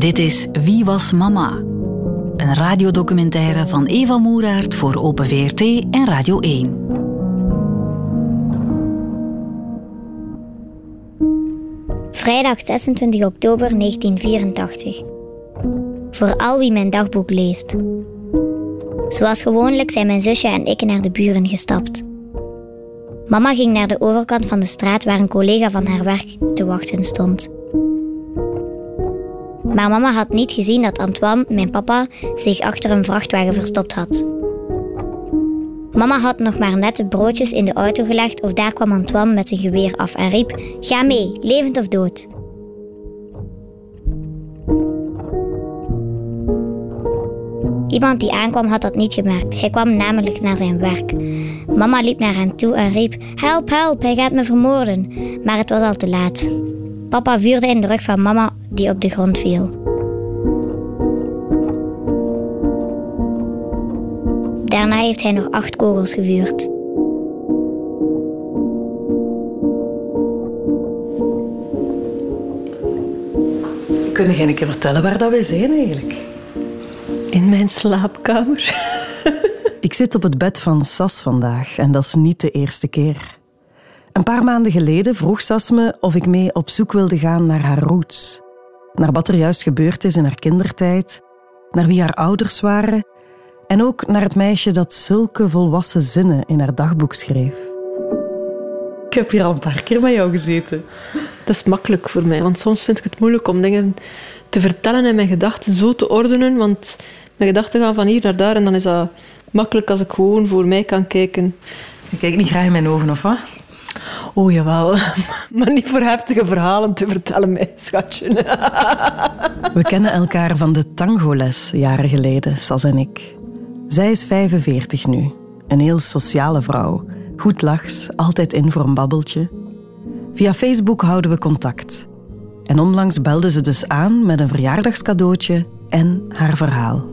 Dit is Wie was mama? Een radiodocumentaire van Eva Moeraert voor Open VRT en Radio 1. Vrijdag 26 oktober 1984. Voor al wie mijn dagboek leest. Zoals gewoonlijk zijn mijn zusje en ik naar de buren gestapt. Mama ging naar de overkant van de straat waar een collega van haar werk te wachten stond. Maar mama had niet gezien dat Antoine, mijn papa, zich achter een vrachtwagen verstopt had. Mama had nog maar net de broodjes in de auto gelegd of daar kwam Antoine met zijn geweer af en riep: "Ga mee, levend of dood." Iemand die aankwam had dat niet gemerkt. Hij kwam namelijk naar zijn werk. Mama liep naar hem toe en riep: "Help, help, hij gaat me vermoorden." Maar het was al te laat. Papa vuurde in de rug van mama, die op de grond viel. Daarna heeft hij nog 8 kogels gevuurd. Kun je een keer vertellen waar dat wij zijn eigenlijk? In mijn slaapkamer. Ik zit op het bed van Sas vandaag en dat is niet de eerste keer. Een paar maanden geleden vroeg Sas me of ik mee op zoek wilde gaan naar haar roots. Naar wat er juist gebeurd is in haar kindertijd, naar wie haar ouders waren en ook naar het meisje dat zulke volwassen zinnen in haar dagboek schreef. Ik heb hier al een paar keer met jou gezeten. Dat is makkelijk voor mij, want soms vind ik het moeilijk om dingen te vertellen en mijn gedachten zo te ordenen, want mijn gedachten gaan van hier naar daar en dan is dat makkelijk als ik gewoon voor mij kan kijken. Je kijkt niet graag in mijn ogen, of wat? Oh jawel, maar niet voor heftige verhalen te vertellen, mijn schatje. We kennen elkaar van de tangoles jaren geleden, Sas en ik. Zij is 45 nu, een heel sociale vrouw. Goed lachs, altijd in voor een babbeltje. Via Facebook houden we contact. En onlangs belde ze dus aan met een verjaardagscadeautje en haar verhaal.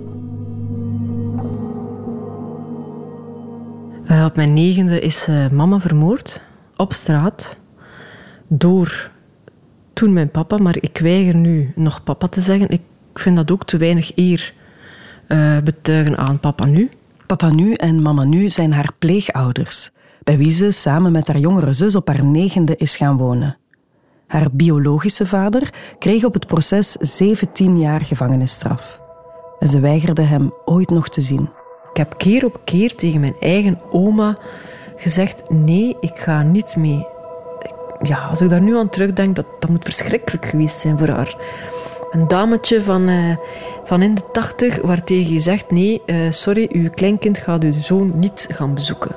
Op mijn 9e is mama vermoord, op straat, door toen mijn papa, maar ik weiger nu nog papa te zeggen. Ik vind dat ook te weinig eer betuigen aan papa nu. Papa nu en mama nu zijn haar pleegouders, bij wie ze samen met haar jongere zus op haar 9e is gaan wonen. Haar biologische vader kreeg op het proces 17 jaar gevangenisstraf. En ze weigerde hem ooit nog te zien. Ik heb keer op keer tegen mijn eigen oma gezegd: nee, ik ga niet mee. Ja, als ik daar nu aan terugdenk, dat moet verschrikkelijk geweest zijn voor haar. Een dametje van in de 80, waartegen je zegt: nee, sorry, uw kleinkind gaat uw zoon niet gaan bezoeken.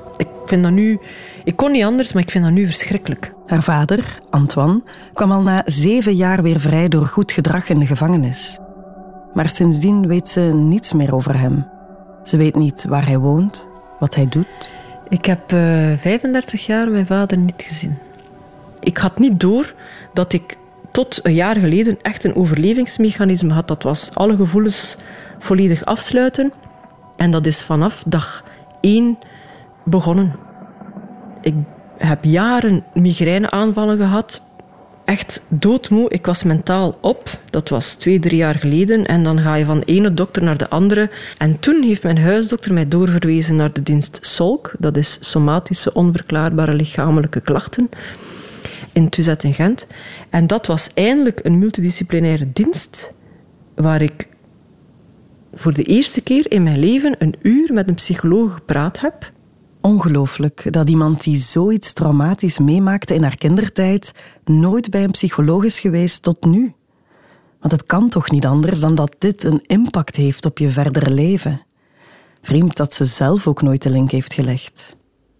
Ik kon niet anders, maar ik vind dat nu verschrikkelijk. Haar vader, Antoine, kwam al na 7 jaar weer vrij door goed gedrag in de gevangenis. Maar sindsdien weet ze niets meer over hem. Ze weet niet waar hij woont, wat hij doet. Ik heb 35 jaar mijn vader niet gezien. Ik had niet door dat ik tot een jaar geleden echt een overlevingsmechanisme had. Dat was alle gevoelens volledig afsluiten. En dat is vanaf dag 1 begonnen. Ik heb jaren migraineaanvallen gehad. Echt doodmoe. Ik was mentaal op. Dat was 2-3 jaar geleden. En dan ga je van de ene dokter naar de andere. En toen heeft mijn huisdokter mij doorverwezen naar de dienst SOLK. Dat is somatische onverklaarbare lichamelijke klachten. In Tuzet in Gent. En dat was eindelijk een multidisciplinaire dienst waar ik voor de eerste keer in mijn leven 1 uur met een psycholoog gepraat heb. Ongelooflijk dat iemand die zoiets traumatisch meemaakte in haar kindertijd nooit bij een psycholoog is geweest tot nu. Want het kan toch niet anders dan dat dit een impact heeft op je verdere leven. Vreemd dat ze zelf ook nooit de link heeft gelegd.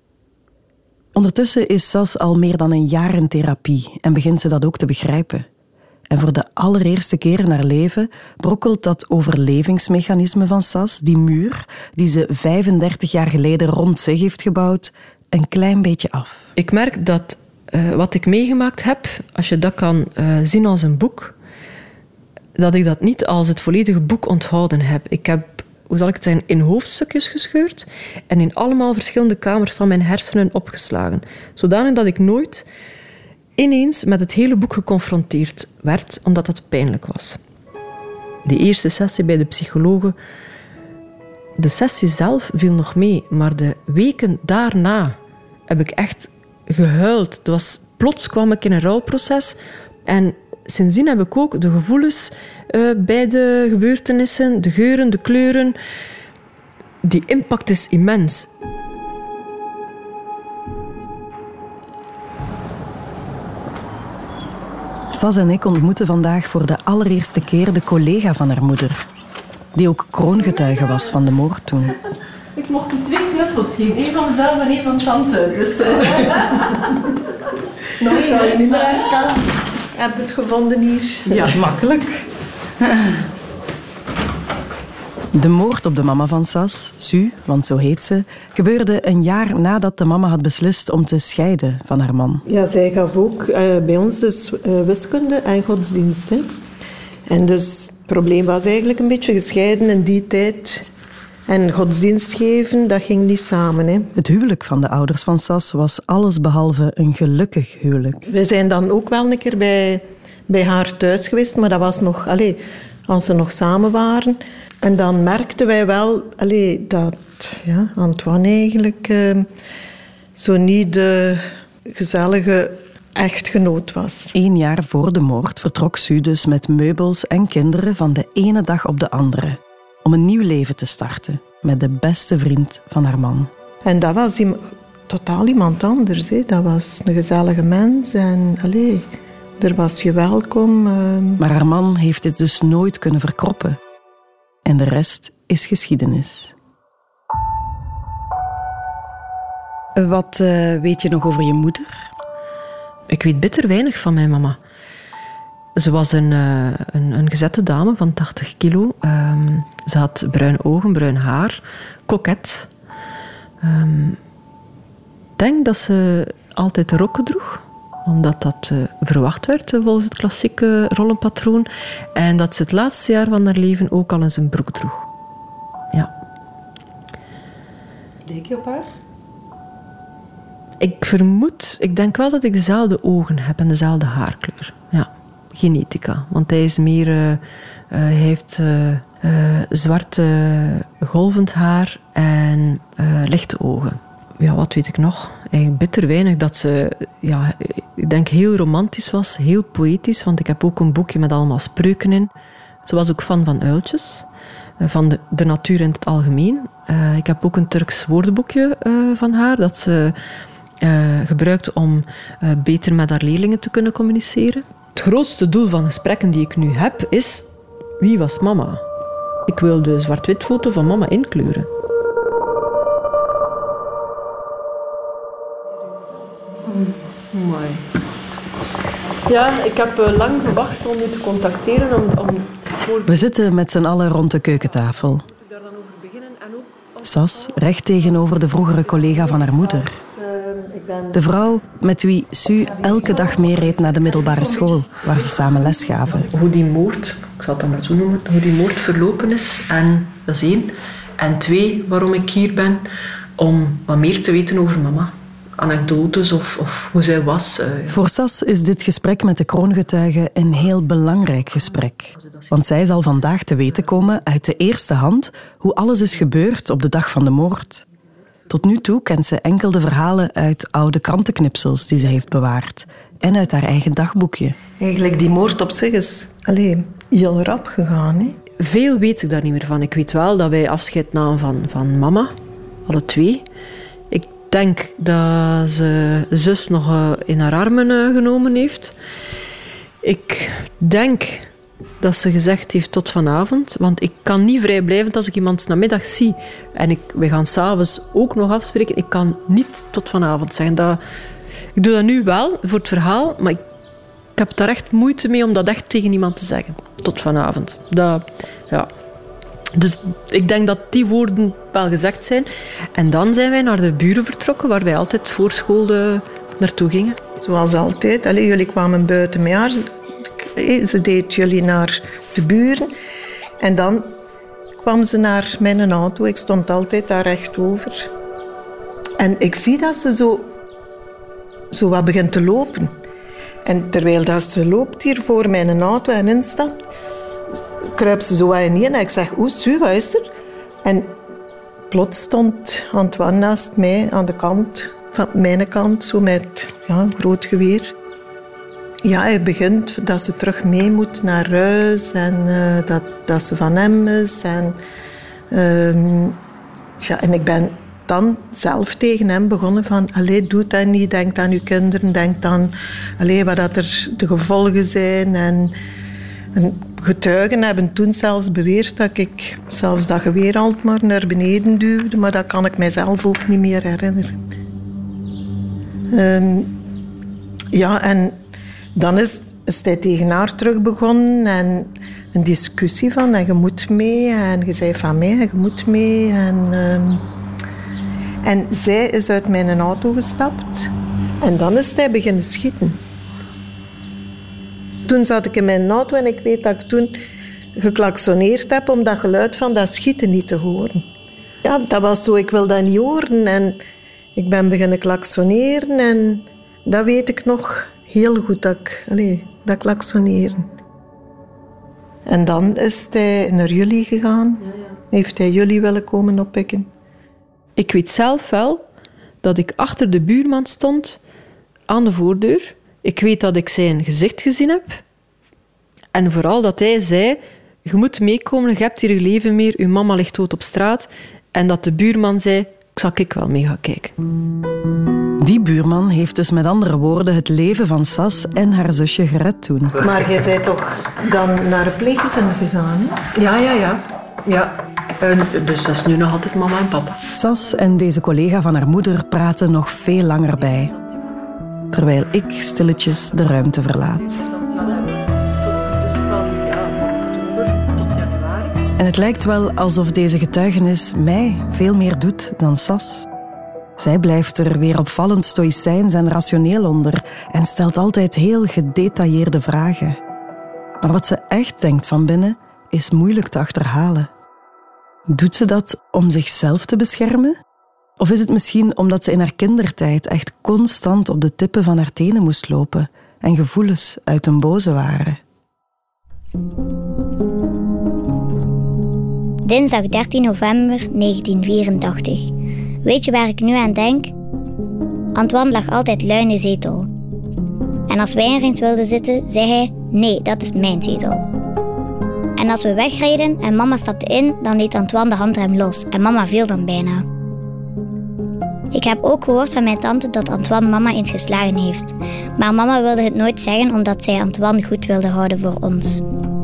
Ondertussen is Sas al meer dan 1 jaar in therapie en begint ze dat ook te begrijpen. En voor de allereerste keer in haar leven brokkelt dat overlevingsmechanisme van Sas, die muur die ze 35 jaar geleden rond zich heeft gebouwd, een klein beetje af. Ik merk dat wat ik meegemaakt heb, als je dat kan zien als een boek, dat ik dat niet als het volledige boek onthouden heb. Ik heb, hoe zal ik het zeggen, in hoofdstukjes gescheurd en in allemaal verschillende kamers van mijn hersenen opgeslagen. Zodanig dat ik nooit ineens met het hele boek geconfronteerd werd, omdat het pijnlijk was. Die eerste sessie bij de psychologe, de sessie zelf viel nog mee, maar de weken daarna heb ik echt gehuild. Plots kwam ik in een rouwproces en sindsdien heb ik ook de gevoelens bij de gebeurtenissen, de geuren, de kleuren. Die impact is immens. Sas en ik ontmoeten vandaag voor de allereerste keer de collega van haar moeder, die ook kroongetuige was van de moord toen. Ik mocht hem 2 knuffels geven, 1 van mezelf en 1 van tante. Dus, Ik zou je niet meer herkennen. Heb je het gevonden hier? Ja, makkelijk. De moord op de mama van Sas, Sue, want zo heet ze, gebeurde een jaar nadat de mama had beslist om te scheiden van haar man. Ja, zij gaf ook bij ons dus wiskunde en godsdienst. Hè. En dus het probleem was eigenlijk een beetje gescheiden in die tijd. En godsdienst geven, dat ging niet samen. Hè. Het huwelijk van de ouders van Sas was allesbehalve een gelukkig huwelijk. Wij zijn dan ook wel een keer bij haar thuis geweest, maar dat was nog, als ze nog samen waren. En dan merkten wij wel dat Antoine eigenlijk zo niet de gezellige echtgenoot was. 1 jaar voor de moord vertrok Sue dus met meubels en kinderen van de ene dag op de andere, om een nieuw leven te starten met de beste vriend van haar man. En dat was totaal iemand anders. Hè. Dat was een gezellige mens en er was je welkom. Maar haar man heeft dit dus nooit kunnen verkroppen. En de rest is geschiedenis. Wat weet je nog over je moeder? Ik weet bitter weinig van mijn mama. Ze was een gezette dame van 80 kilo. Ze had bruine ogen, bruin haar, koket. Ik denk dat ze altijd rokken droeg, omdat dat verwacht werd volgens het klassieke rollenpatroon. En dat ze het laatste jaar van haar leven ook al eens een broek droeg. Ja. Leek je op haar? Ik denk wel dat ik dezelfde ogen heb en dezelfde haarkleur. Ja, genetica. Want hij is meer... hij heeft zwart golvend haar en lichte ogen. Ja, wat weet ik nog? Eigenlijk bitter weinig. Dat ze, ik denk, heel romantisch was, heel poëtisch. Want ik heb ook een boekje met allemaal spreuken in. Ze was ook fan van uiltjes. Van de natuur in het algemeen. Ik heb ook een Turks woordenboekje van haar. Dat ze gebruikt om beter met haar leerlingen te kunnen communiceren. Het grootste doel van gesprekken die ik nu heb is... Wie was mama? Ik wil de zwart-wit foto van mama inkleuren. Mooi. Ja, ik heb lang gewacht om u te contacteren. We zitten met z'n allen rond de keukentafel. Sas recht tegenover de vroegere collega van haar moeder. De vrouw met wie Sue elke dag meereed naar de middelbare school, waar ze samen les gaven. Hoe die moord, ik zal het dan maar zo noemen, hoe die moord verlopen is. En dat is 1. En 2, waarom ik hier ben, om wat meer te weten over mama. Anekdotes of hoe zij was. Voor Sas is dit gesprek met de kroongetuige een heel belangrijk gesprek. Want zij zal vandaag te weten komen uit de eerste hand hoe alles is gebeurd op de dag van de moord. Tot nu toe kent ze enkel de verhalen uit oude krantenknipsels die ze heeft bewaard en uit haar eigen dagboekje. Eigenlijk, die moord op zich is heel rap gegaan. Hè? Veel weet ik daar niet meer van. Ik weet wel dat wij afscheid namen van mama, alle 2. Ik denk dat ze zus nog in haar armen genomen heeft. Ik denk dat ze gezegd heeft tot vanavond. Want ik kan niet vrijblijvend als ik iemand 's namiddag zie. En we gaan 's avonds ook nog afspreken. Ik kan niet tot vanavond zeggen. Ik doe dat nu wel, voor het verhaal. Maar ik heb daar echt moeite mee om dat echt tegen iemand te zeggen. Tot vanavond. Dus ik denk dat die woorden wel gezegd zijn. En dan zijn wij naar de buren vertrokken, waar wij altijd voor school naartoe gingen. Zoals altijd. Jullie kwamen buiten met haar. Ze deed jullie naar de buren. En dan kwam ze naar mijn auto. Ik stond altijd daar recht over. En ik zie dat ze zo wat begint te lopen. En terwijl dat ze loopt hier voor mijn auto en instapt, kruipt ze zo ineen en ik zeg, oeh, Sue, wat is er? En plots stond Antoine naast mij aan de kant, van mijn kant, zo met een groot geweer. Ja, hij begint dat ze terug mee moet naar huis en dat ze van hem is. En ik ben dan zelf tegen hem begonnen van, allee, doe dat niet, denk aan uw kinderen, denk aan wat dat er de gevolgen zijn. En getuigen hebben toen zelfs beweerd dat ik zelfs dat geweer al maar naar beneden duwde, maar dat kan ik mijzelf ook niet meer herinneren. En dan is hij tegen haar terug begonnen en een discussie van en je moet mee en je zei van mij en je moet mee. En zij is uit mijn auto gestapt en dan is hij beginnen schieten. Toen zat ik in mijn auto en ik weet dat ik toen geklaksoneerd heb om dat geluid van dat schieten niet te horen. Ja, dat was zo, ik wil dat niet horen en ik ben beginnen klaksoneren en dat weet ik nog heel goed, dat klaksoneren. En dan is hij naar jullie gegaan. Heeft hij jullie willen komen oppikken? Ik weet zelf wel dat ik achter de buurman stond aan de voordeur. Ik weet dat ik zijn gezicht gezien heb. En vooral dat hij zei, je moet meekomen, je hebt hier je leven meer, je mama ligt dood op straat. En dat de buurman zei, zal ik wel mee gaan kijken. Die buurman heeft dus met andere woorden het leven van Sas en haar zusje gered toen. Maar jij bent toch dan naar een pleeggezin gegaan? Hè? Ja. Dus dat is nu nog altijd mama en papa. Sas en deze collega van haar moeder praten nog veel langer bij. Terwijl ik stilletjes de ruimte verlaat. En het lijkt wel alsof deze getuigenis mij veel meer doet dan Sas. Zij blijft er weer opvallend stoïcijns en rationeel onder en stelt altijd heel gedetailleerde vragen. Maar wat ze echt denkt van binnen is moeilijk te achterhalen. Doet ze dat om zichzelf te beschermen? Of is het misschien omdat ze in haar kindertijd echt constant op de tippen van haar tenen moest lopen en gevoelens uit een boze waren? Dinsdag 13 november 1984. Weet je waar ik nu aan denk? Antoine lag altijd lui in de zetel. En als wij er eens wilden zitten, zei hij, nee, dat is mijn zetel. En als we wegreden en mama stapte in, dan liet Antoine de handrem los en mama viel dan bijna. Ik heb ook gehoord van mijn tante dat Antoine mama eens geslagen heeft. Maar mama wilde het nooit zeggen omdat zij Antoine goed wilde houden voor ons.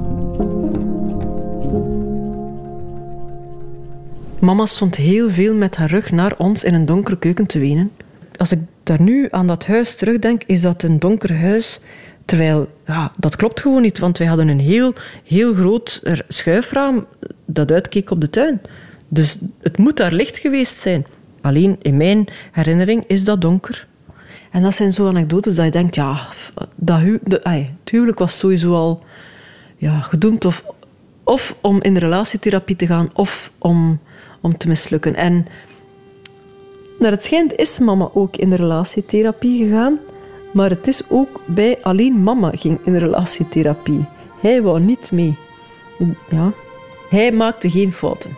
Mama stond heel veel met haar rug naar ons in een donkere keuken te wenen. Als ik daar nu aan dat huis terugdenk, is dat een donker huis. Terwijl, dat klopt gewoon niet, want wij hadden een heel groot schuifraam dat uitkeek op de tuin. Dus het moet daar licht geweest zijn. Alleen in mijn herinnering is dat donker. En dat zijn zo anekdotes dat je denkt, het huwelijk was sowieso al gedoemd of om in de relatietherapie te gaan of om te mislukken. En naar het schijnt is mama ook in de relatietherapie gegaan, maar het is ook bij alleen mama ging in de relatietherapie. Hij wou niet mee. Ja, hij maakte geen fouten.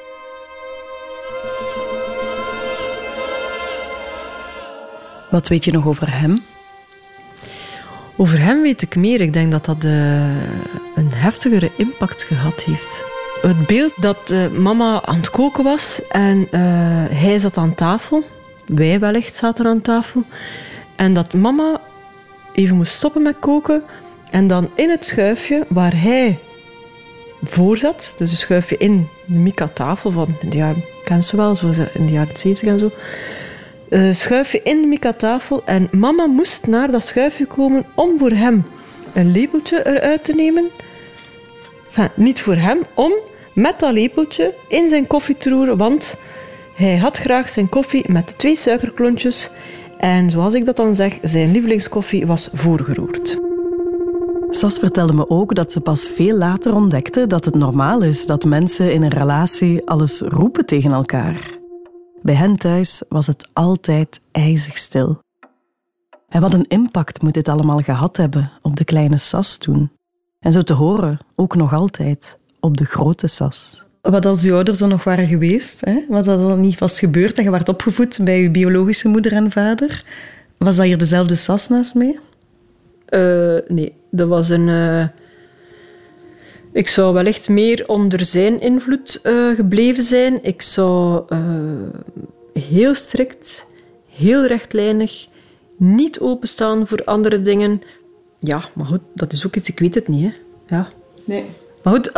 Wat weet je nog over hem? Over hem weet ik meer. Ik denk dat dat een heftigere impact gehad heeft. Het beeld dat mama aan het koken was en hij zat aan tafel. Wij wellicht zaten aan tafel. En dat mama even moest stoppen met koken en dan in het schuifje waar hij voor zat, dus een schuifje in de Mika-tafel van in de jaren, ken ze wel, zoals in de jaren 70 en zo, schuifje in de Mika-tafel en mama moest naar dat schuifje komen om voor hem een lepeltje eruit te nemen. Enfin, niet voor hem, om met dat lepeltje in zijn koffie te roeren, want hij had graag zijn koffie met 2 suikerklontjes en zoals ik dat dan zeg, zijn lievelingskoffie was voorgeroerd. Sas vertelde me ook dat ze pas veel later ontdekte dat het normaal is dat mensen in een relatie alles roepen tegen elkaar. Bij hen thuis was het altijd ijzig stil. En wat een impact moet dit allemaal gehad hebben op de kleine Sas toen. En zo te horen, ook nog altijd, op de grote Sas. Wat als uw ouders dan nog waren geweest, hè? Wat dat dan niet was gebeurd en je werd opgevoed bij uw biologische moeder en vader, was dat hier dezelfde Sas naast mij? Nee, dat was een... Ik zou wellicht meer onder zijn invloed gebleven zijn. Ik zou heel strikt, heel rechtlijnig, niet openstaan voor andere dingen. Ja, maar goed, dat is ook iets, ik weet het niet. Hè. Ja. Nee. Maar goed,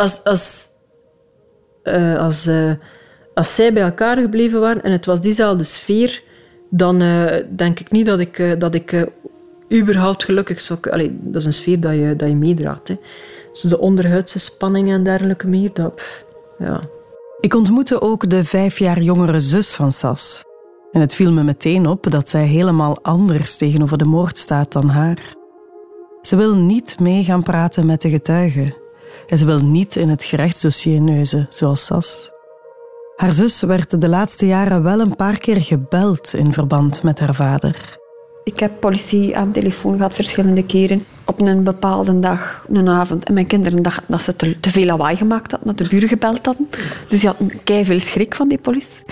als zij bij elkaar gebleven waren en het was diezelfde sfeer, dan denk ik niet dat ik überhaupt gelukkig zou... Allee, dat is een sfeer dat je meedraagt. Hè. Dus de onderhuidse spanning en dergelijke meer, ja. Ik ontmoette ook de 5 jaar jongere zus van Sas. En het viel me meteen op dat zij helemaal anders tegenover de moord staat dan haar. Ze wil niet mee gaan praten met de getuigen. En ze wil niet in het gerechtsdossier neuzen, zoals Sas. Haar zus werd de laatste jaren wel een paar keer gebeld in verband met haar vader. Ik heb politie aan de telefoon gehad verschillende keren. Op een bepaalde dag, een avond. En mijn kinderen dachten dat ze te veel lawaai gemaakt hadden, dat de buren gebeld hadden. Dus die hadden keiveel schrik van die politie.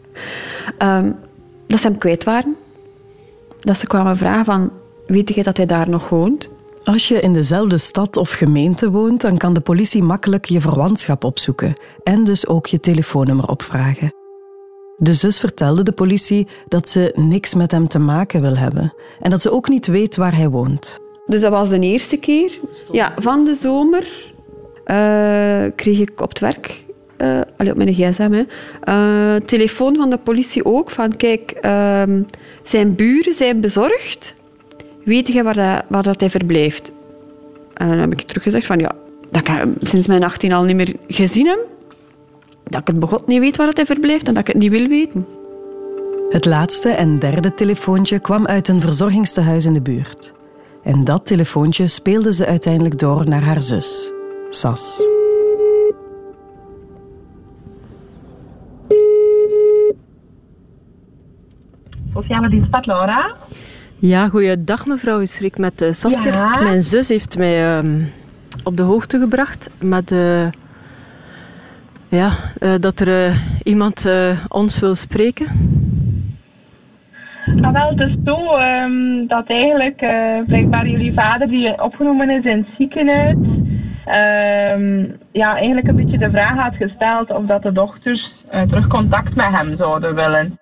Dat ze hem kwijt waren. Dat ze kwamen vragen van, weet je dat hij daar nog woont? Als je in dezelfde stad of gemeente woont, dan kan de politie makkelijk je verwantschap opzoeken en dus ook je telefoonnummer opvragen. De zus vertelde de politie dat ze niks met hem te maken wil hebben en dat ze ook niet weet waar hij woont. Dus dat was de eerste keer. Ja, van de zomer kreeg ik op het werk, op mijn gsm, telefoon van de politie ook, van kijk, zijn buren zijn bezorgd. Weet je waar dat hij verblijft? En dan heb ik teruggezegd van ja, dat ik hem sinds mijn 18 al niet meer gezien heb. Dat ik het begot niet weet waar dat hij verblijft en dat ik het niet wil weten. Het laatste en derde telefoontje kwam uit een verzorgingstehuis in de buurt. En dat telefoontje speelde ze uiteindelijk door naar haar zus, Sas. Sociale dienst Laura. Ja, goeiedag mevrouw. U spreekt met Saskia. Ja. Mijn zus heeft mij op de hoogte gebracht met dat er iemand ons wil spreken. Ah, wel, het is zo dat eigenlijk blijkbaar jullie vader die opgenomen is in het ziekenhuis, eigenlijk een beetje de vraag had gesteld of dat de dochters terug contact met hem zouden willen.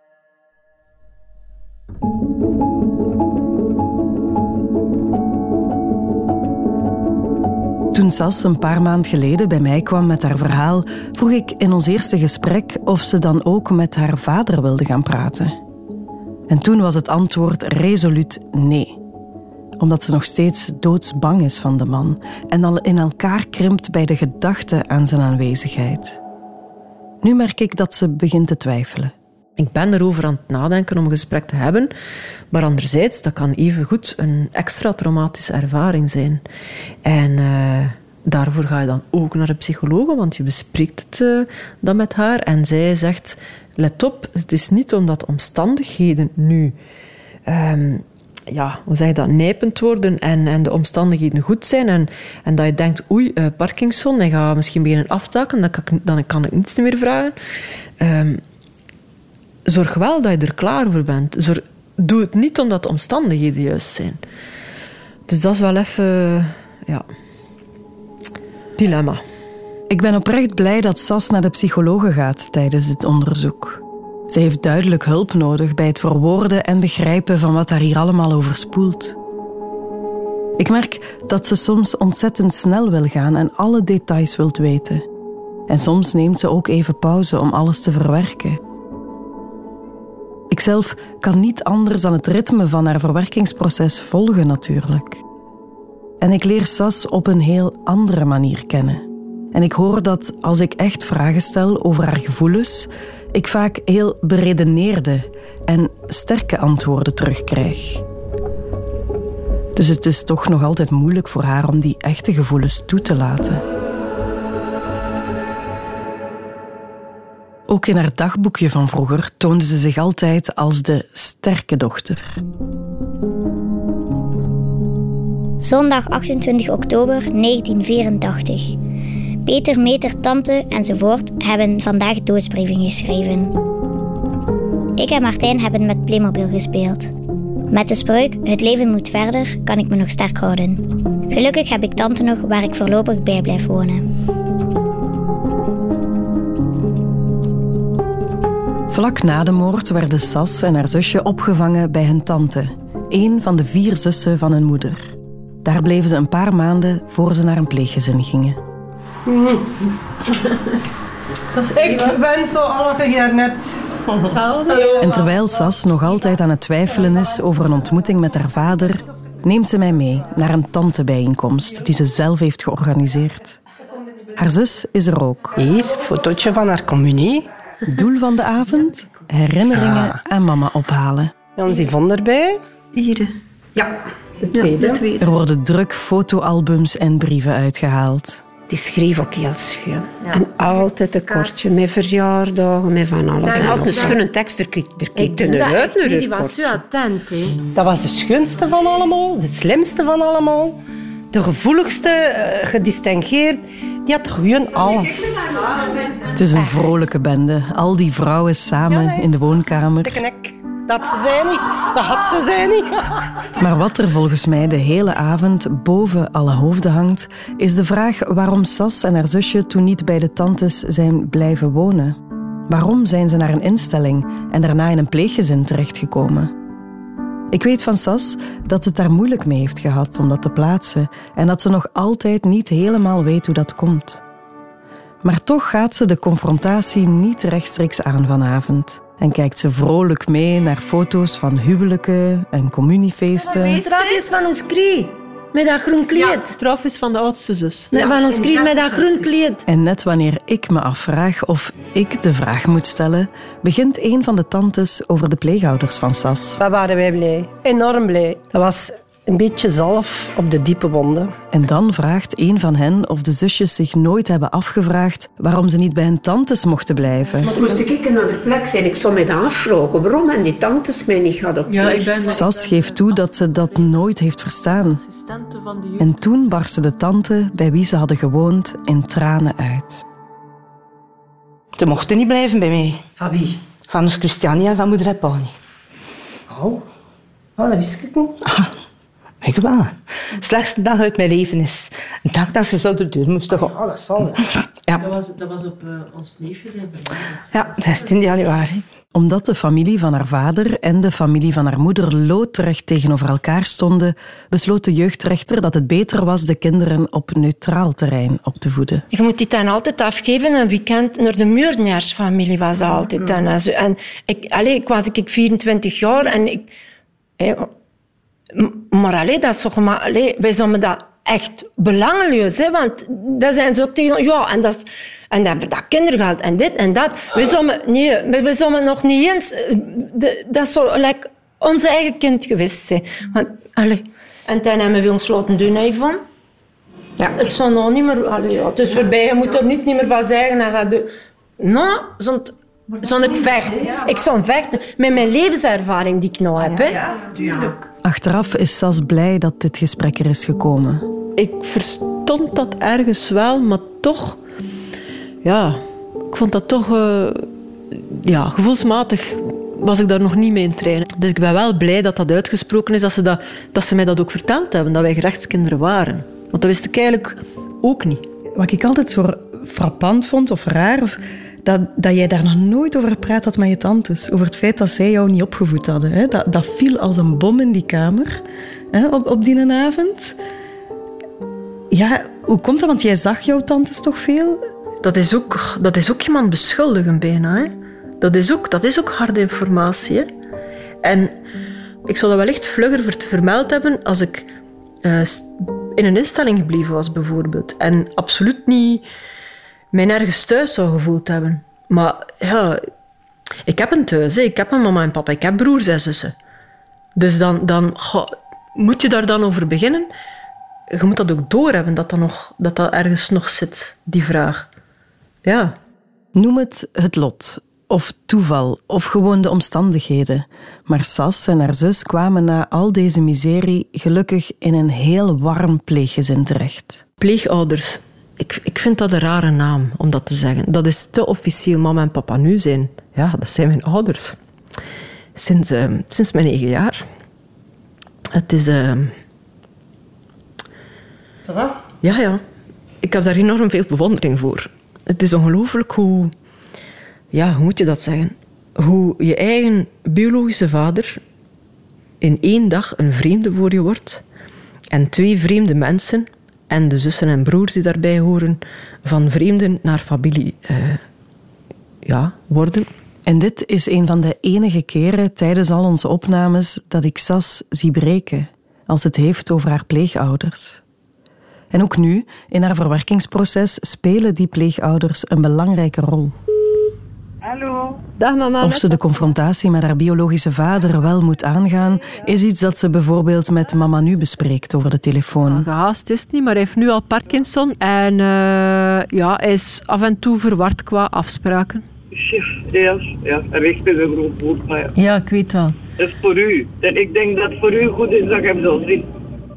Toen Sas een paar maanden geleden bij mij kwam met haar verhaal, vroeg ik in ons eerste gesprek of ze dan ook met haar vader wilde gaan praten. En toen was het antwoord resoluut nee. Omdat ze nog steeds doodsbang is van de man en al in elkaar krimpt bij de gedachte aan zijn aanwezigheid. Nu merk ik dat ze begint te twijfelen. Ik ben erover aan het nadenken om een gesprek te hebben, maar anderzijds, dat kan evengoed een extra traumatische ervaring zijn. En daarvoor ga je dan ook naar een psycholoog, want je bespreekt het dan met haar. En zij zegt, let op, het is niet omdat omstandigheden nu, hoe zeg je dat, nijpend worden en de omstandigheden goed zijn en dat je denkt, oei, Parkinson, hij gaat misschien beginnen aftaken, dan kan ik niets meer vragen. Zorg wel dat je er klaar voor bent. Doe het niet omdat de omstandigheden juist zijn. Dus dat is wel even... dilemma. Ik ben oprecht blij dat Sas naar de psychologe gaat tijdens het onderzoek. Ze heeft duidelijk hulp nodig bij het verwoorden en begrijpen van wat haar hier allemaal overspoelt. Ik merk dat ze soms ontzettend snel wil gaan en alle details wilt weten. En soms neemt ze ook even pauze om alles te verwerken. Ikzelf kan niet anders dan het ritme van haar verwerkingsproces volgen natuurlijk. En ik leer Sas op een heel andere manier kennen. En ik hoor dat als ik echt vragen stel over haar gevoelens, ik vaak heel beredeneerde en sterke antwoorden terugkrijg. Dus het is toch nog altijd moeilijk voor haar om die echte gevoelens toe te laten. Ook in haar dagboekje van vroeger toonde ze zich altijd als de sterke dochter. Zondag 28 oktober 1984. Peter, meter, tante enzovoort hebben vandaag doodsbrieven geschreven. Ik en Martijn hebben met Playmobil gespeeld. Met de spreuk, het leven moet verder, kan ik me nog sterk houden. Gelukkig heb ik tante nog waar ik voorlopig bij blijf wonen. Vlak na de moord werden Sas en haar zusje opgevangen bij hun tante, een van de 4 zussen van hun moeder. Daar bleven ze een paar maanden voor ze naar een pleeggezin gingen. Ik ben zo alweer net. En terwijl Sas nog altijd aan het twijfelen is over een ontmoeting met haar vader, neemt ze mij mee naar een tantebijeenkomst die ze zelf heeft georganiseerd. Haar zus is er ook. Hier, fotootje van haar communie. Doel van de avond? Herinneringen aan mama ophalen. Jan Yvonne erbij. Hier. Ja, de tweede. Er worden druk fotoalbums en brieven uitgehaald. Die schreef ook heel schoon. Ja. En altijd een kortje, met verjaardagen, met van alles. En had een schone tekst, er keek er uit naar die was zo attent. Hè. Dat was de schoonste van allemaal, de slimste van allemaal. De gevoeligste, gedistingeerd. Die had gewoon alles. Het is een vrolijke bende. Al die vrouwen samen in de woonkamer. De knek. Dat ze zei niet. Dat had ze zei niet. Maar wat er volgens mij de hele avond boven alle hoofden hangt, is de vraag waarom Sas en haar zusje toen niet bij de tantes zijn blijven wonen. Waarom zijn ze naar een instelling en daarna in een pleeggezin terechtgekomen? Ik weet van Sas dat ze het daar moeilijk mee heeft gehad om dat te plaatsen en dat ze nog altijd niet helemaal weet hoe dat komt. Maar toch gaat ze de confrontatie niet rechtstreeks aan vanavond. En kijkt ze vrolijk mee naar foto's van huwelijken en communiefeesten. Straf is van ons krie, met dat groen kleed. Ja, straf is van de oudste zus. Van ons krie met dat groen kleed. En net wanneer ik me afvraag of ik de vraag moet stellen, begint een van de tantes over de pleegouders van Sas. Daar waren wij blij. Enorm blij. Dat was een beetje zalf op de diepe wonden. En dan vraagt een van hen of de zusjes zich nooit hebben afgevraagd waarom ze niet bij hun tantes mochten blijven. Maar moest ik een andere plek zijn? Ik zou me dan afvragen waarom en die tantes mij niet geadopteerd. Sas geeft toe dat ze dat nooit heeft verstaan. En toen barstte de tante bij wie ze hadden gewoond in tranen uit. Ze mochten niet blijven bij mij. Van wie? Van ons Christianie en van moeder en Pani. Oh, dat wist ik niet. Ik wel. De slechtste dag uit mijn leven is een dag dat ze zo de deur moesten gaan. Oh, dat zal. Ja. Dat was op ons neefje zijn verjaardag. Ja, 16 januari. Omdat de familie van haar vader en de familie van haar moeder loodrecht tegenover elkaar stonden, besloot de jeugdrechter dat het beter was de kinderen op neutraal terrein op te voeden. Je moet dit dan altijd afgeven. Een weekend naar de Muurnaarsfamilie was dat altijd. En ik was 24 jaar en maar dat is toch maar... wij zouden dat echt belangeloos, hè, want dat zijn ze ook tegen... Ja, en dat kindergeld en dit en dat. We zouden nog niet eens... Dat is zo ons eigen kind geweest zijn. Want, en toen hebben we ons laten doen, Yvonne. Ja. Het zou nog niet meer... Het is voorbij, je moet er niet meer van zeggen. En gaat nou, zonder vechten. Ik zou vechten met mijn levenservaring die ik nou heb. Hè. Ja, natuurlijk. Achteraf is Sas blij dat dit gesprek er is gekomen. Ik verstond dat ergens wel, maar toch... Ja, ik vond dat toch... gevoelsmatig was ik daar nog niet mee in trainen. Dus ik ben wel blij dat dat uitgesproken is, dat ze mij dat ook verteld hebben, dat wij gerechtskinderen waren. Want dat wist ik eigenlijk ook niet. Wat ik altijd zo frappant vond, of raar... Dat jij daar nog nooit over gepraat had met je tantes. Over het feit dat zij jou niet opgevoed hadden. Hè? Dat viel als een bom in die kamer, hè, op die avond. Ja, hoe komt dat? Want jij zag jouw tantes toch veel? Dat is ook iemand beschuldigen bijna. Hè? Dat is ook harde informatie. Hè? En ik zou dat wellicht vlugger vermeld hebben als ik in een instelling gebleven was, bijvoorbeeld. En absoluut niet... mij nergens thuis zou gevoeld hebben. Maar ja, ik heb een thuis. Hè. Ik heb een mama en papa. Ik heb broers en zussen. Dus dan moet je daar dan over beginnen. Je moet dat ook doorhebben, dat ergens nog zit, die vraag. Ja. Noem het lot. of toeval, of gewoon de omstandigheden. Maar Sas en haar zus kwamen na al deze miserie gelukkig in een heel warm pleeggezin terecht. Pleegouders. Ik vind dat een rare naam om dat te zeggen. Dat is te officieel. Mama en papa nu zijn. Ja, dat zijn mijn ouders. Sinds mijn 9 jaar. Het is... Ça va? Ja. Ik heb daar enorm veel bewondering voor. Het is ongelooflijk hoe... Ja, hoe moet je dat zeggen? Hoe je eigen biologische vader in 1 dag een vreemde voor je wordt. En 2 vreemde mensen... en de zussen en broers die daarbij horen... van vreemden naar familie worden. En dit is een van de enige keren tijdens al onze opnames dat ik Sas zie breken als het heeft over haar pleegouders. En ook nu, in haar verwerkingsproces, spelen die pleegouders een belangrijke rol. Hallo. Dag mama. Of ze de confrontatie met haar biologische vader wel moet aangaan, is iets dat ze bijvoorbeeld met mama nu bespreekt over de telefoon. Gehaast is het niet, maar hij heeft nu al Parkinson. En hij is af en toe verward qua afspraken. Ja, recht is een groot woord, maar ja. Ja, ik weet wel. Dat is voor u. En ik denk dat het voor u goed is dat ik hem zal zien.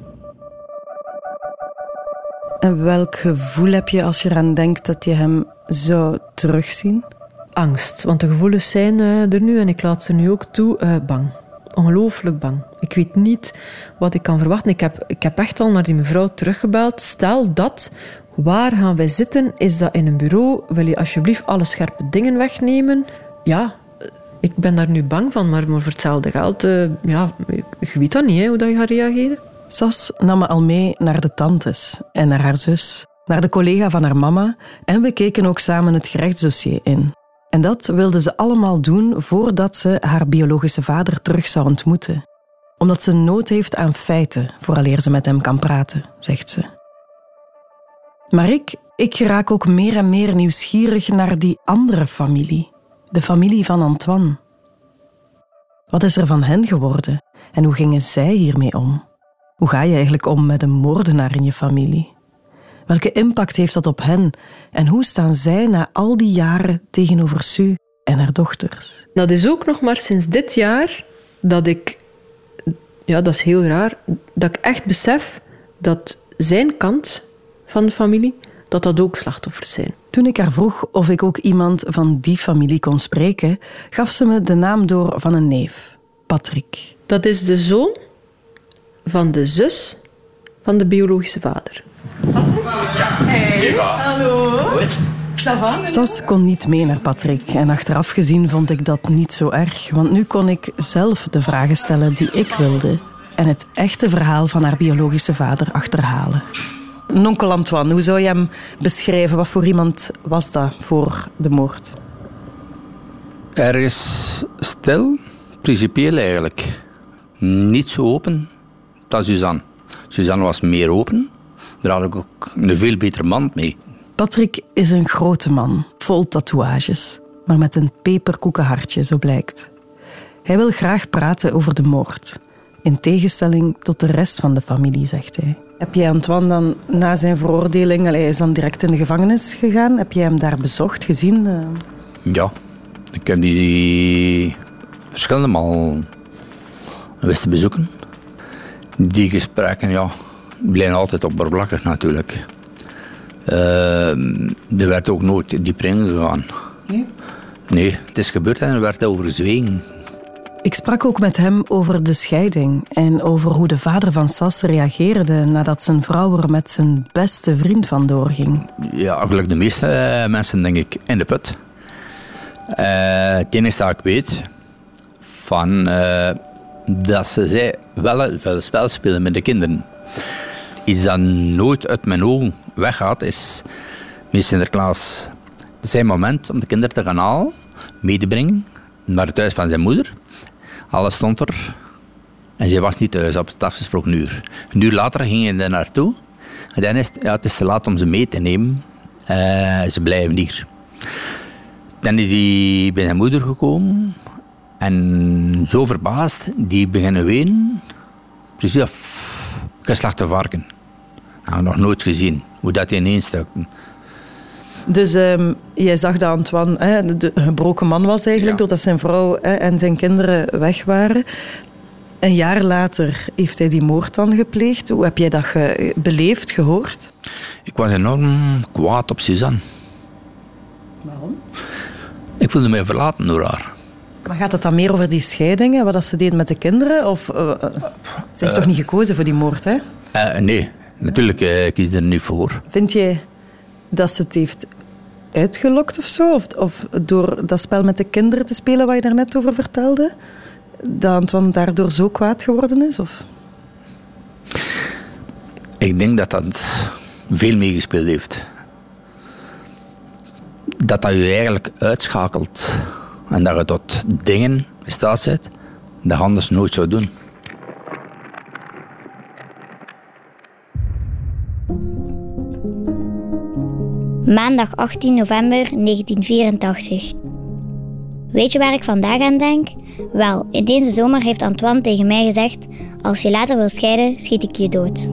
En welk gevoel heb je als je eraan denkt dat je hem zou terugzien? Angst, want de gevoelens zijn er nu en ik laat ze nu ook toe. Bang. Ongelooflijk bang. Ik weet niet wat ik kan verwachten. Ik heb echt al naar die mevrouw teruggebeld. Stel dat, waar gaan wij zitten? Is dat in een bureau? Wil je alsjeblieft alle scherpe dingen wegnemen? Ja, ik ben daar nu bang van, maar voor hetzelfde geld... ik weet dat niet, hoe dat je gaat reageren. Sas nam me al mee naar de tantes en naar haar zus, naar de collega van haar mama en we keken ook samen het gerechtsdossier in. En dat wilde ze allemaal doen voordat ze haar biologische vader terug zou ontmoeten. Omdat ze nood heeft aan feiten, vooraleer ze met hem kan praten, zegt ze. Maar ik raak ook meer en meer nieuwsgierig naar die andere familie. De familie van Antoine. Wat is er van hen geworden? En hoe gingen zij hiermee om? Hoe ga je eigenlijk om met een moordenaar in je familie? Welke impact heeft dat op hen? En hoe staan zij na al die jaren tegenover Sue en haar dochters? Dat is ook nog maar sinds dit jaar dat ik... Ja, dat is heel raar. Dat ik echt besef dat zijn kant van de familie, dat ook slachtoffers zijn. Toen ik haar vroeg of ik ook iemand van die familie kon spreken, gaf ze me de naam door van een neef, Patrick. Dat is de zoon van de zus van de biologische vader. Hey, hallo. Sas kon niet mee naar Patrick en achteraf gezien vond ik dat niet zo erg, want nu kon ik zelf de vragen stellen die ik wilde en het echte verhaal van haar biologische vader achterhalen. Onkel Antoine, hoe zou je hem beschrijven? Wat voor iemand was dat voor de moord? Ergens stil, principieel eigenlijk. Niet zo open als Suzanne. Suzanne was meer open. Daar had ik ook een veel betere band mee. Patrick is een grote man, vol tatoeages, maar met een peperkoekenhartje, zo blijkt. Hij wil graag praten over de moord, in tegenstelling tot de rest van de familie, zegt hij. Heb jij Antoine dan na zijn veroordeling, hij is dan direct in de gevangenis gegaan, heb jij hem daar bezocht, gezien? Ja, ik heb die verschillende malen wist te bezoeken. Die gesprekken, blijven altijd oppervlakkig natuurlijk. Er werd ook nooit dieper ingegaan. Nee, het is gebeurd en er werd over gezwegen. Ik sprak ook met hem over de scheiding en over hoe de vader van Sas reageerde nadat zijn vrouw er met zijn beste vriend vandoor ging. Ja, gelijk de meeste mensen denk ik in de put. Het enige dat ik weet van dat zij wel een spel spelen met de kinderen. Iets dat nooit uit mijn ogen weggaat is met Sinterklaas zijn moment om de kinderen te gaan halen, mee te brengen naar het huis van zijn moeder. Alles stond er en zij was niet thuis op het afgesproken uur. Een uur later ging hij er naartoe en dan is het is te laat om ze mee te nemen. Ze blijven hier. Dan is hij bij zijn moeder gekomen en zo verbaasd, die beginnen wenen. Precies of geslachte varken. Nog nooit gezien, hoe dat ineens stukte. Dus jij zag dat Antoine de gebroken man was eigenlijk, doordat zijn vrouw en zijn kinderen weg waren. Een jaar later heeft hij die moord dan gepleegd. Hoe heb jij dat beleefd, gehoord? Ik was enorm kwaad op Suzanne. Waarom? Ik voelde mij verlaten door haar. Maar gaat het dan meer over die scheidingen, wat ze deed met de kinderen? Of ze heeft toch niet gekozen voor die moord, hè? Nee, natuurlijk kies je er niet voor. Vind je dat ze het heeft uitgelokt of zo? Of door dat spel met de kinderen te spelen, wat je daar net over vertelde? Dat Antoine daardoor zo kwaad geworden is? Of? Ik denk dat dat veel meegespeeld heeft. Dat je eigenlijk uitschakelt. En dat je tot dingen in staat bent dat je anders nooit zou doen. Maandag 18 november 1984. Weet je waar ik vandaag aan denk? Wel, in deze zomer heeft Antoine tegen mij gezegd: als je later wil scheiden, schiet ik je dood.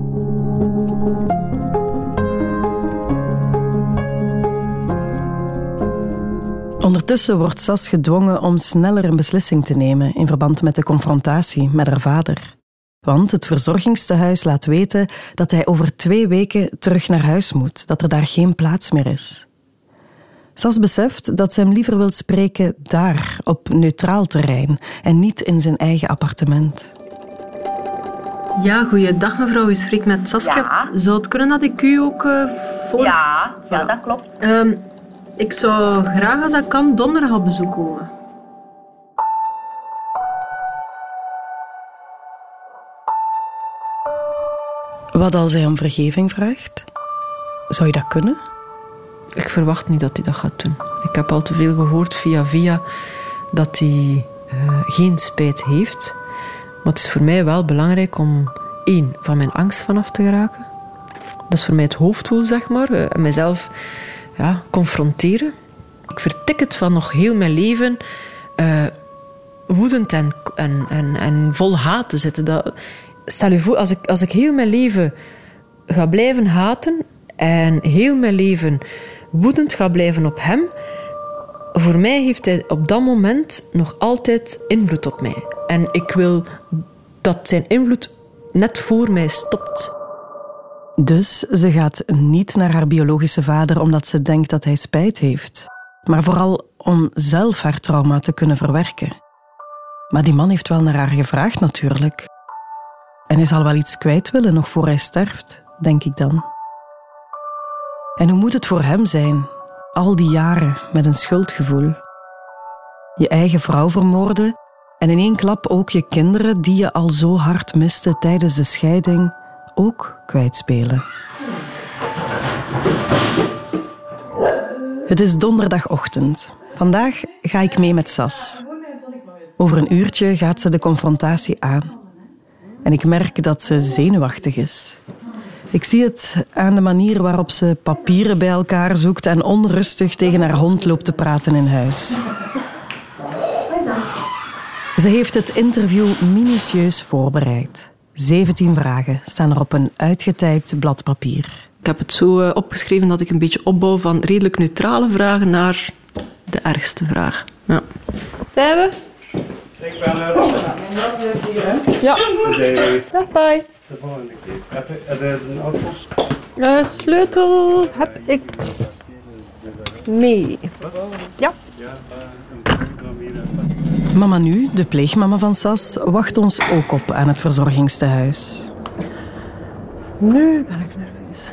Ondertussen wordt Sas gedwongen om sneller een beslissing te nemen in verband met de confrontatie met haar vader. Want het verzorgingstehuis laat weten dat hij over 2 weken terug naar huis moet, dat er daar geen plaats meer is. Sas beseft dat ze hem liever wil spreken daar, op neutraal terrein, en niet in zijn eigen appartement. Ja, goeiedag mevrouw, u spreekt met Saskia. Ja. Zou het kunnen dat ik u ook voor... Ja, dat klopt. Ik zou graag, als dat kan, donderdag op bezoek komen. Wat als hij om vergeving vraagt? Zou je dat kunnen? Ik verwacht niet dat hij dat gaat doen. Ik heb al te veel gehoord via dat hij geen spijt heeft. Maar het is voor mij wel belangrijk om 1, van mijn angst vanaf te geraken. Dat is voor mij het hoofddoel, zeg maar. Mijzelf confronteren. Ik vertik het van nog heel mijn leven woedend en vol haat te zitten. Stel je voor, als ik heel mijn leven ga blijven haten en heel mijn leven woedend ga blijven op hem, voor mij heeft hij op dat moment nog altijd invloed op mij. En ik wil dat zijn invloed net voor mij stopt. Dus ze gaat niet naar haar biologische vader omdat ze denkt dat hij spijt heeft, maar vooral om zelf haar trauma te kunnen verwerken. Maar die man heeft wel naar haar gevraagd natuurlijk. En hij zal wel iets kwijt willen nog voor hij sterft, denk ik dan. En hoe moet het voor hem zijn, al die jaren met een schuldgevoel? Je eigen vrouw vermoorden en in 1 klap ook je kinderen die je al zo hard miste tijdens de scheiding ook kwijtspelen. Het is donderdagochtend. Vandaag ga ik mee met Sas. Over een uurtje gaat ze de confrontatie aan. En ik merk dat ze zenuwachtig is. Ik zie het aan de manier waarop ze papieren bij elkaar zoekt en onrustig tegen haar hond loopt te praten in huis. Ze heeft het interview minutieus voorbereid. 17 vragen staan er op een uitgetypt blad papier. Ik heb het zo opgeschreven dat ik een beetje opbouw van redelijk neutrale vragen naar de ergste vraag. Ja. Zijn we? Ik ben er. Dat is hier, hè? Ja. Dag, bye. De volgende keer. Heb je een auto? Sleutel heb ik mee. Ja. Mama Nu, de pleegmama van Sas, wacht ons ook op aan het verzorgingstehuis. Nu ben ik nerveus.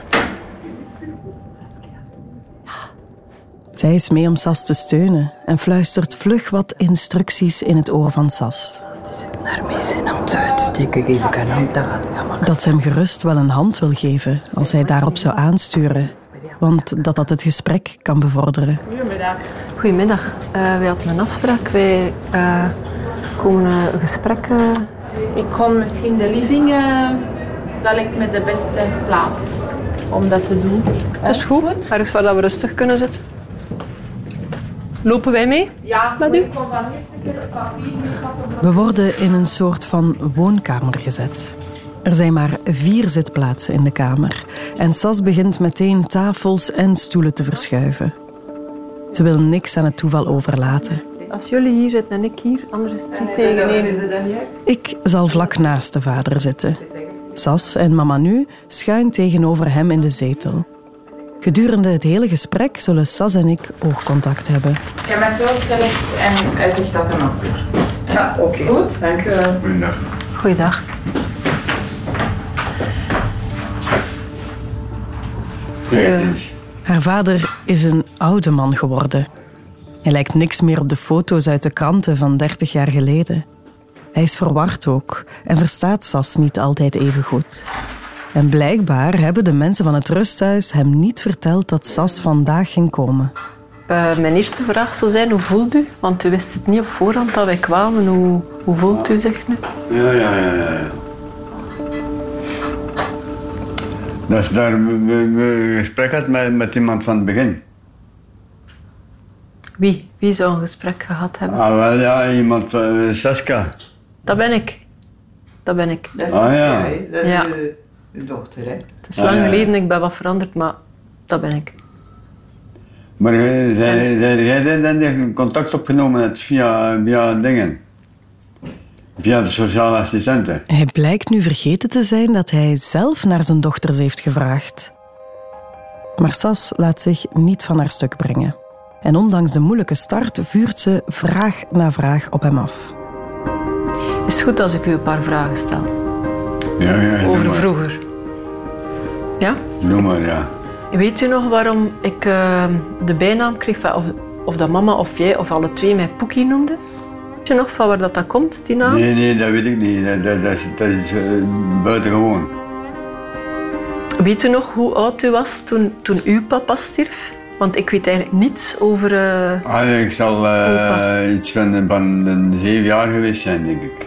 Zij is mee om Sas te steunen en fluistert vlug wat instructies in het oor van Sas. Daarmee zijn hand uitsteken, geef ik een hand. Dat ze hem gerust wel een hand wil geven als hij daarop zou aansturen. Want dat het gesprek kan bevorderen. Goedemiddag. Goedemiddag. Wij hadden een afspraak. Wij komen een gesprek... Ik kon misschien de living... dat lijkt me de beste plaats om dat te doen. Dat is goed. Ergens waar we rustig kunnen zitten. Lopen wij mee? Ja, met u? Ik kon dan eerst een keer het papier mee passen. We worden in een soort van woonkamer gezet. Er zijn maar 4 zitplaatsen in de kamer en Sas begint meteen tafels en stoelen te verschuiven. Ze wil niks aan het toeval overlaten. Als jullie hier zitten en ik hier, anders is het niet tegen één. Ik zal vlak naast de vader zitten. Sas en mama nu schuin tegenover hem in de zetel. Gedurende het hele gesprek zullen Sas en ik oogcontact hebben. Ik heb mijn toon gelegd en hij zegt dat hem afdoet. Ja, oké. Goed, dank u wel. Goeiedag. Goeiedag. Haar vader is een oude man geworden. Hij lijkt niks meer op de foto's uit de kranten van 30 jaar geleden. Hij is verward ook en verstaat Sas niet altijd even goed. En blijkbaar hebben de mensen van het rusthuis hem niet verteld dat Sas vandaag ging komen. Mijn eerste vraag zou zijn, hoe voelt u? Want u wist het niet op voorhand dat wij kwamen. Hoe voelt u zich nu? Ja. Dat is daar we gesprek had met iemand van het begin. Wie? Wie zou een gesprek gehad hebben? Wel ja, iemand van Saskia. Dat ben ik. Dat is ja. Dat is uw dochter, hè? Het is lang geleden, ik ben wat veranderd, maar dat ben ik. Maar jij dan contact opgenomen hebt via dingen? Via de sociale assistenten? Hij blijkt nu vergeten te zijn dat hij zelf naar zijn dochters heeft gevraagd. Maar Sas laat zich niet van haar stuk brengen. En ondanks de moeilijke start vuurt ze vraag na vraag op hem af. Is het goed als ik u een paar vragen stel? Ja, over vroeger. Ja? Doe maar, ja. Weet u nog waarom ik de bijnaam kreeg, of dat mama of jij of alle twee mij Poekie noemden? Weet je nog van waar dat komt, die naam? Nee, dat weet ik niet. Dat is buitengewoon. Weet u nog hoe oud u was toen uw papa stierf? Want ik weet eigenlijk niets over ik zal iets van 7 jaar geweest zijn, denk ik.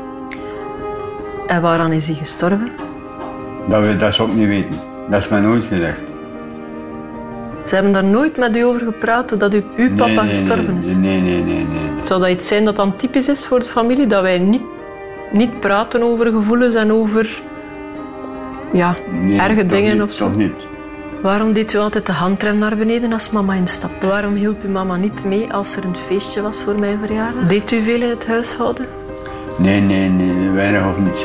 En waaraan is hij gestorven? Dat zou ik niet weten. Dat is mij nooit gezegd. Ze hebben daar nooit met u over gepraat, dat uw papa gestorven is? Nee. Zou dat iets zijn dat dan typisch is voor de familie? Dat wij niet praten over gevoelens en over erge dingen niet, of zo? Toch niet. Waarom deed u altijd de handrem naar beneden als mama instapt? Waarom hielp uw mama niet mee als er een feestje was voor mijn verjaardag? Deed u veel in het huishouden? Nee, weinig of niets.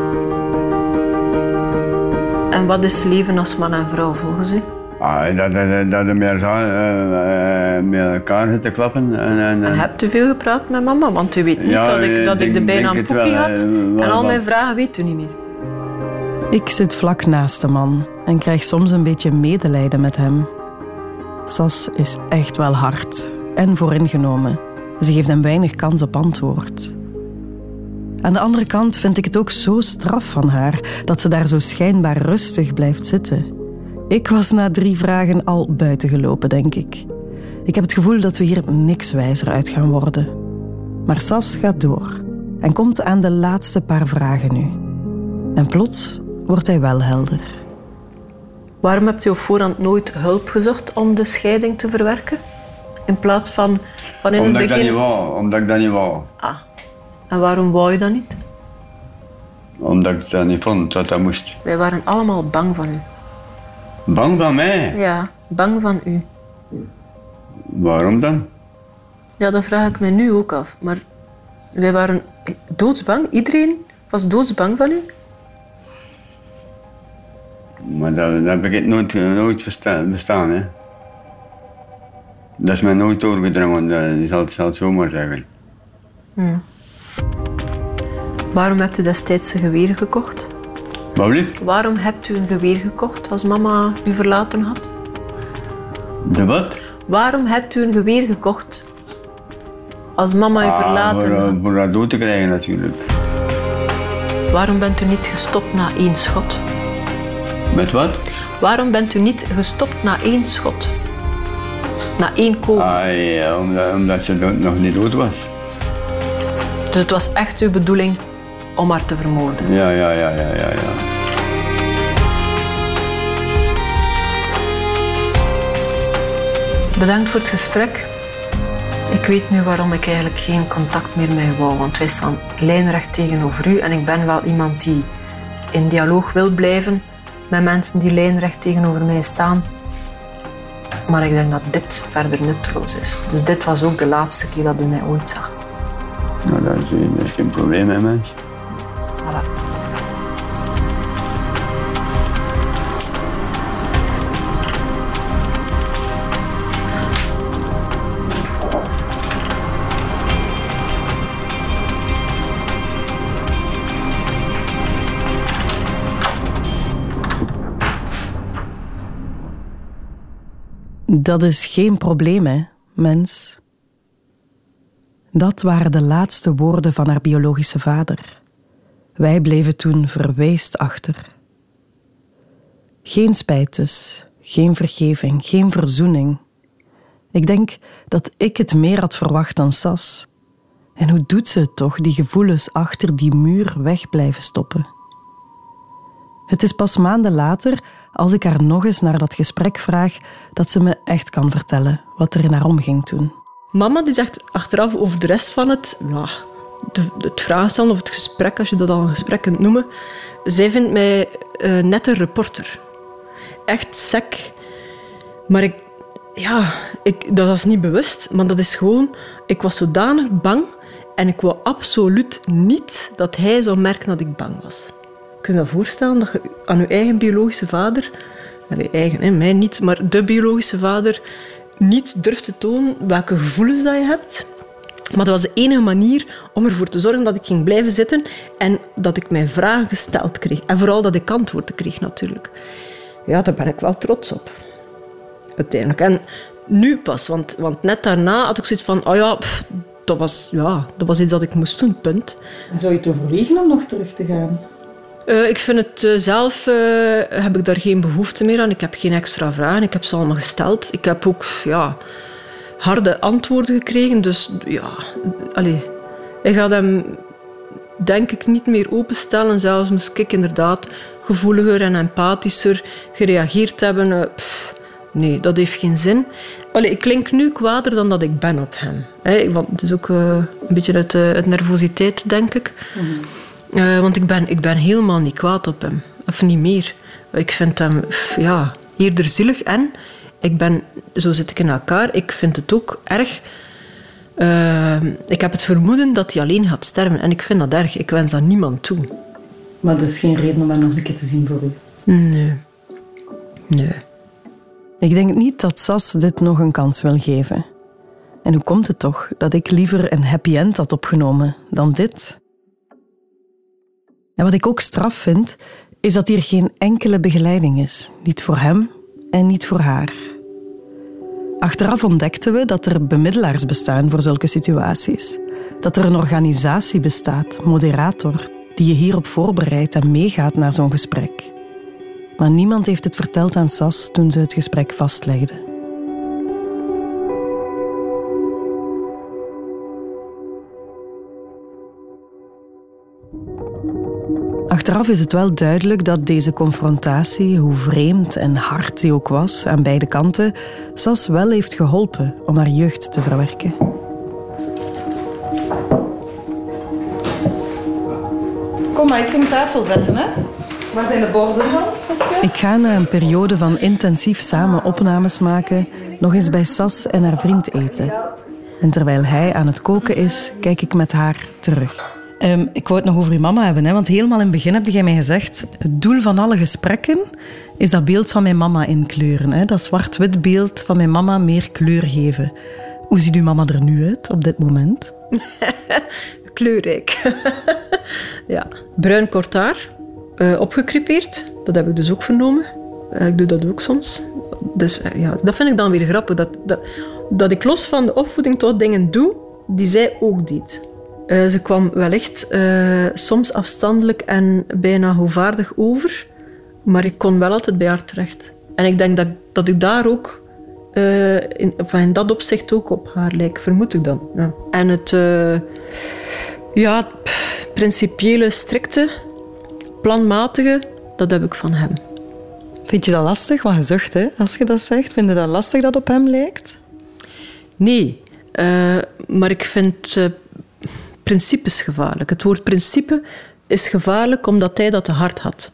En wat is leven als man en vrouw volgens u? Dat we met elkaar zitten klappen. En hebt u veel gepraat met mama? Want u weet niet dat ik de bijnaam Poekie had. En al mijn vragen weet u niet meer. Ik zit vlak naast de man en krijg soms een beetje medelijden met hem. Sas is echt wel hard en vooringenomen. Ze geeft hem weinig kans op antwoord. Aan de andere kant vind ik het ook zo straf van haar dat ze daar zo schijnbaar rustig blijft zitten. Ik was na 3 vragen al buiten gelopen, denk ik. Ik heb het gevoel dat we hier niks wijzer uit gaan worden. Maar Sas gaat door en komt aan de laatste paar vragen nu. En plots wordt hij wel helder. Waarom hebt u op voorhand nooit hulp gezocht om de scheiding te verwerken? In plaats van in het begin... Omdat ik dat niet wou. Ah. En waarom wou je dat niet? Omdat ik dat niet vond dat dat moest. Wij waren allemaal bang van u. Bang van mij? Ja, bang van u. Waarom dan? Ja, dat vraag ik me nu ook af. Maar wij waren doodsbang. Iedereen was doodsbang van u. Maar dat heb ik nooit bestaan, hè. Dat is mij nooit doorgedrongen, dat zal het zomaar zeggen. Waarom hebt u destijds een geweer gekocht? Wat blieft? Waarom hebt u een geweer gekocht als mama u verlaten had? De wat? Waarom hebt u een geweer gekocht als mama u verlaten had? Voor dat dood te krijgen natuurlijk. Waarom bent u niet gestopt na 1 schot? Met wat? Waarom bent u niet gestopt na 1 schot? Na 1 kogel? Ja, omdat ze nog niet dood was. Dus het was echt uw bedoeling om haar te vermoorden? Ja. Bedankt voor het gesprek. Ik weet nu waarom ik eigenlijk geen contact meer met u wou, want wij staan lijnrecht tegenover u en ik ben wel iemand die in dialoog wil blijven met mensen die lijnrecht tegenover mij staan. Maar ik denk dat dit verder nutteloos is. Dus dit was ook de laatste keer dat u mij ooit zag. Nou, dat is geen probleem, hè, mens. Voilà. Dat is geen probleem, hè, mens. Dat waren de laatste woorden van haar biologische vader. Wij bleven toen verweest achter. Geen spijt dus, geen vergeving, geen verzoening. Ik denk dat ik het meer had verwacht dan Sas. En hoe doet ze het toch, die gevoelens achter die muur weg blijven stoppen? Het is pas maanden later, als ik haar nog eens naar dat gesprek vraag, dat ze me echt kan vertellen wat er in haar omging toen. Mama die zegt achteraf over de rest van het vragen stellen of het gesprek, als je dat al een gesprek kunt noemen. Zij vindt mij net een reporter. Echt sec. Maar dat was niet bewust, maar dat is gewoon... Ik was zodanig bang en ik wou absoluut niet dat hij zou merken dat ik bang was. Kun je je voorstellen dat je aan je eigen biologische vader... mij niet, maar de biologische vader... niet durft te tonen welke gevoelens dat je hebt. Maar dat was de enige manier om ervoor te zorgen dat ik ging blijven zitten en dat ik mijn vragen gesteld kreeg. En vooral dat ik antwoorden kreeg, natuurlijk. Ja, daar ben ik wel trots op. Uiteindelijk. En nu pas, want net daarna had ik zoiets van... dat was iets dat ik moest doen, punt. En zou je het overwegen om nog terug te gaan? Ik vind het zelf... heb ik daar geen behoefte meer aan. Ik heb geen extra vragen. Ik heb ze allemaal gesteld. Ik heb ook harde antwoorden gekregen. Dus ik ga hem denk ik niet meer openstellen. Zelfs moest ik inderdaad gevoeliger en empathischer gereageerd hebben. Nee, dat heeft geen zin. Ik klink nu kwader dan dat ik ben op hem. Want het is ook een beetje uit nervositeit, denk ik. Want ik ben helemaal niet kwaad op hem. Of niet meer. Ik vind hem eerder zielig en zo zit ik in elkaar. Ik vind het ook erg. Ik heb het vermoeden dat hij alleen gaat sterven. En ik vind dat erg. Ik wens dat niemand toe. Maar dat is geen reden om hem nog een keer te zien voor u? Nee. Ik denk niet dat Sas dit nog een kans wil geven. En hoe komt het toch dat ik liever een happy end had opgenomen dan dit? En wat ik ook straf vind, is dat hier geen enkele begeleiding is. Niet voor hem en niet voor haar. Achteraf ontdekten we dat er bemiddelaars bestaan voor zulke situaties. Dat er een organisatie bestaat, moderator, die je hierop voorbereidt en meegaat naar zo'n gesprek. Maar niemand heeft het verteld aan Sas toen ze het gesprek vastlegde. Achteraf is het wel duidelijk dat deze confrontatie, hoe vreemd en hard die ook was aan beide kanten, Sas wel heeft geholpen om haar jeugd te verwerken. Kom maar, ik ging tafel zetten, hè. Waar zijn de borden van, Saskia? Ik ga na een periode van intensief samen opnames maken nog eens bij Sas en haar vriend eten. En terwijl hij aan het koken is, kijk ik met haar terug. Ik wou het nog over uw mama hebben, hè? Want helemaal in het begin heb jij mij gezegd, het doel van alle gesprekken is dat beeld van mijn mama inkleuren. Hè? Dat zwart-wit beeld van mijn mama meer kleur geven. Hoe ziet uw mama er nu uit op dit moment? Kleurrijk. Ja. Bruin kort haar, opgecrepeerd. Dat heb ik dus ook vernomen. Ik doe dat ook soms. Dus dat vind ik dan weer grappig. Dat ik los van de opvoeding toch dingen doe die zij ook deed. Ze kwam wellicht soms afstandelijk en bijna hoogvaardig over, maar ik kon wel altijd bij haar terecht. En ik denk dat ik daar ook, in dat opzicht ook op haar lijk, vermoed ik dan. Ja. En het principiële, strikte, planmatige, dat heb ik van hem. Vind je dat lastig? Wat je zucht, hè, als je dat zegt. Vind je dat lastig dat op hem lijkt? Nee, maar ik vind... principes gevaarlijk. Het woord principe is gevaarlijk omdat hij dat te hard had.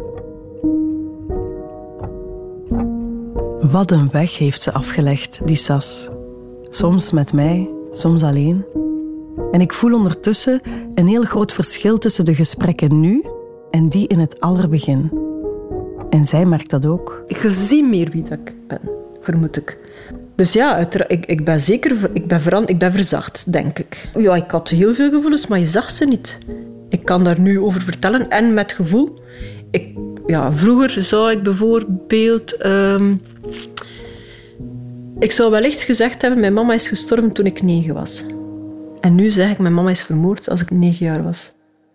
Wat een weg heeft ze afgelegd, die Sas. Soms met mij, soms alleen. En ik voel ondertussen een heel groot verschil tussen de gesprekken nu en die in het allerbegin. En zij merkt dat ook. Ik zie meer wie dat ik ben, vermoed ik. Dus ja, ik ben zeker ik ben verzacht, denk ik. Ja, ik had heel veel gevoelens, maar je zag ze niet. Ik kan daar nu over vertellen en met gevoel. Vroeger zou ik bijvoorbeeld... ik zou wellicht gezegd hebben, mijn mama is gestorven toen ik 9 was. En nu zeg ik, mijn mama is vermoord als ik 9 jaar was.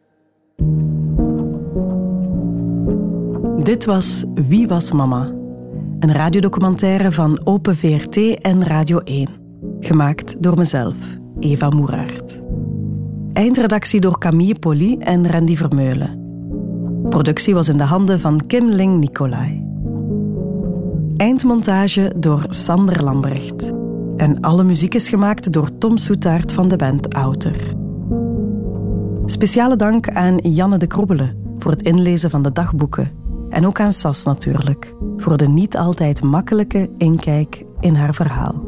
Dit was Wie was mama? Een radiodocumentaire van Open VRT en Radio 1. Gemaakt door mezelf, Eva Moeraert. Eindredactie door Camille Poli en Randy Vermeulen. Productie was in de handen van Kim Ling-Nicolai. Eindmontage door Sander Lambrecht. En alle muziek is gemaakt door Tom Soetaert van de band Outer. Speciale dank aan Janne de Kroebele voor het inlezen van de dagboeken. En ook aan Sas natuurlijk, voor de niet altijd makkelijke inkijk in haar verhaal.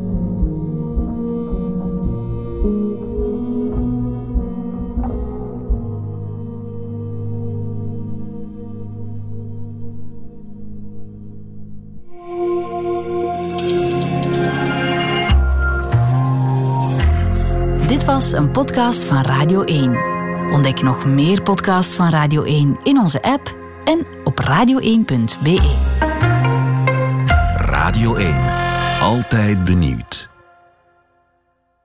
Dit was een podcast van Radio 1. Ontdek nog meer podcasts van Radio 1 in onze app en op radio1.be. Radio 1. Altijd benieuwd.